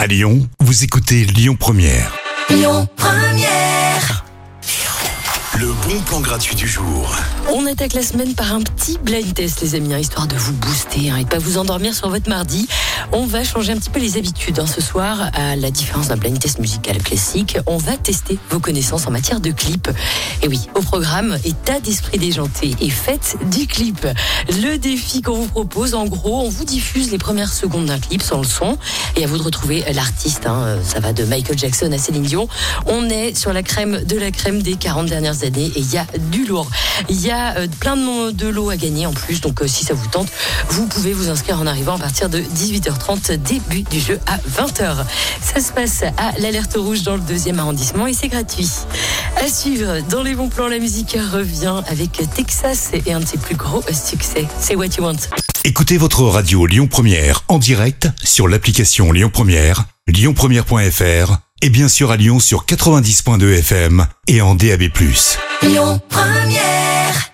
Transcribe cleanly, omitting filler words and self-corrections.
À Lyon, vous écoutez Lyon Première. Lyon Première. Le bon plan gratuit du jour. On attaque la semaine par un petit blind test, les amis, histoire de vous booster et de pas vous endormir sur votre mardi. On va changer un petit peu les habitudes. Ce soir, à la différence d'un blind test musical classique, on va tester vos connaissances en matière de clip. Et oui, au programme, état d'esprit déjanté et fête du clip. Le défi qu'on vous propose, en gros, on vous diffuse les premières secondes d'un clip sans le son et à vous de retrouver l'artiste. Ça va de Michael Jackson à Céline Dion. On est sur la crème de la crème des 40 dernières années et il y a du lourd. Il y a plein de lots à gagner en plus, donc si ça vous tente, vous pouvez vous inscrire en arrivant à partir de 18h30, début du jeu à 20h. Ça se passe à l'Alerte Rouge dans le 2e arrondissement et c'est gratuit. À suivre, dans les bons plans, la musique revient avec Texas et un de ses plus gros succès, c'est What You Want. Écoutez votre radio Lyon Première en direct sur l'application Lyon Première, lyonpremière.fr et bien sûr à Lyon sur 90.2 FM et en DAB+. Lyon Première.